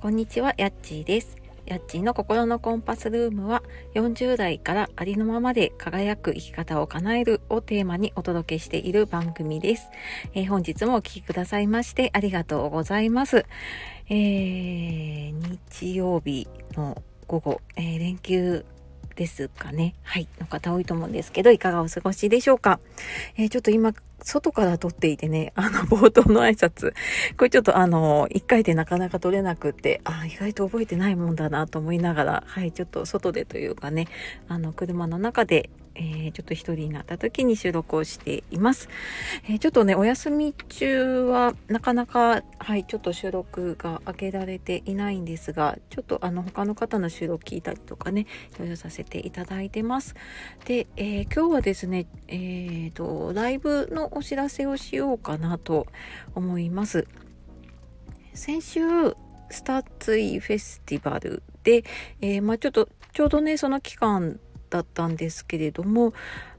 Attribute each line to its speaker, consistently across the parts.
Speaker 1: こんにちは、やっちーです。やっちーの心のコンパスルームは、40代からありのままで輝く生き方を叶えるをテーマにお届けしている番組です。本日もお聞きくださいましてありがとうございます。日曜日の午後、連休ですかね。はい。の方多いと思うんですけど、いかがお過ごしでしょうか。ちょっと今、外から撮っていてね、冒頭の挨拶。これちょっと一回でなかなか撮れなくって、意外と覚えてないもんだなと思いながら、はい、ちょっと外でというかね、車の中で、ちょっと一人になった時に収録をしています。ちょっとね、お休み中はなかなか、はい、ちょっと収録が開けられていないんですが、ちょっと他の方の収録聞いたりとかね、いろいろさせていただいてます。で、今日はですね、ライブのお知らせをしようかなと思います。先週、スタッツイフェスティバルで、ちょうどね、その期間だったんですけれども、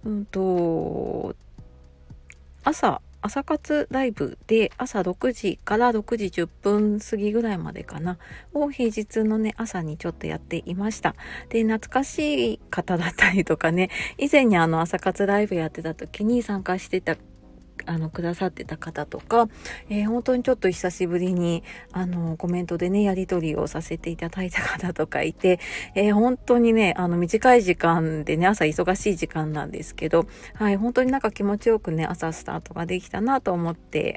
Speaker 1: 朝活ライブで朝6時から6時10分過ぎぐらいまでかなを平日のね朝にちょっとやっていました。で、懐かしい方だったりとかね、以前に朝活ライブやってた時に参加してたくださってた方とか、本当にちょっと久しぶりにコメントでねやり取りをさせていただいた方とかいて、本当にね短い時間でね、朝忙しい時間なんですけど、はい、本当になんか気持ちよくね朝スタートができたなと思って、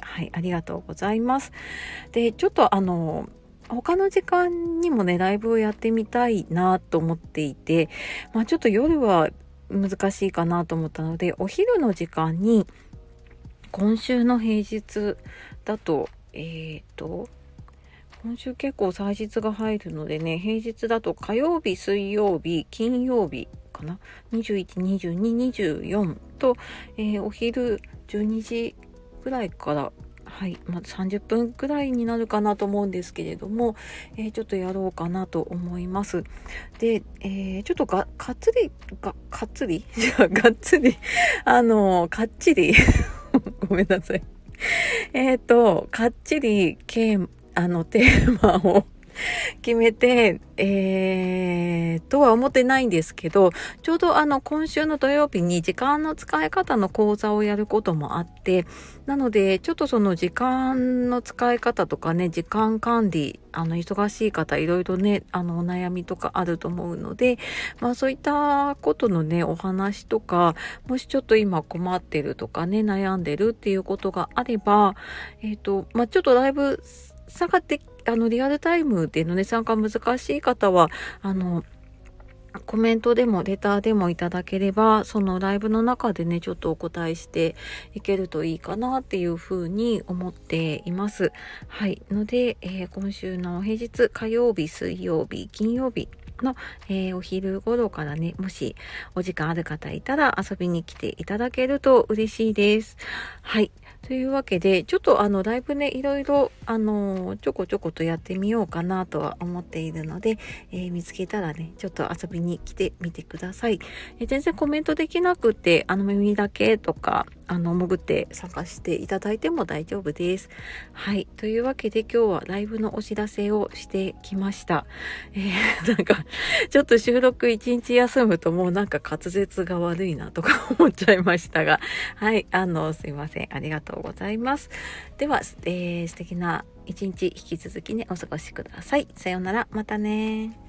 Speaker 1: はい、ありがとうございます。で、ちょっと他の時間にもねライブをやってみたいなと思っていて、ちょっと夜は難しいかなと思ったので、お昼の時間に今週の平日だと、今週結構祭日が入るのでね、平日だと火曜日、水曜日、金曜日かな、21、22、24と、お昼12時ぐらいから、はい、30分くらいになるかなと思うんですけれども、ちょっとやろうかなと思います。で、ちょっとかっつりかっちりごめんなさい。かっちりテーマを決めて、とは思ってないんですけど、ちょうど今週の土曜日に時間の使い方の講座をやることもあって、なので、ちょっとその時間の使い方とかね、時間管理、忙しい方いろいろね、お悩みとかあると思うので、そういったことのね、お話とか、もしちょっと今困ってるとかね、悩んでるっていうことがあれば、ちょっとライブ下がって、リアルタイムでのね、参加難しい方は、コメントでもレターでもいただければ、そのライブの中でね、ちょっとお答えしていけるといいかなっていうふうに思っています。はい。ので、今週の平日、火曜日、水曜日、金曜日の、お昼頃からね、もしお時間ある方いたら遊びに来ていただけると嬉しいです。はい。というわけで、ちょっとライブね、いろいろ、ちょこちょことやってみようかなとは思っているので、見つけたらね、ちょっと遊びに来てみてください。全然コメントできなくて、耳だけとか、潜って参加していただいても大丈夫です。はい。というわけで、今日はライブのお知らせをしてきました。なんか、ちょっと収録1日休むともうなんか滑舌が悪いなとか思っちゃいましたが、はい。すいません。ありがとうございます。では、素敵な一日引き続きね、お過ごしください。さようなら。またね。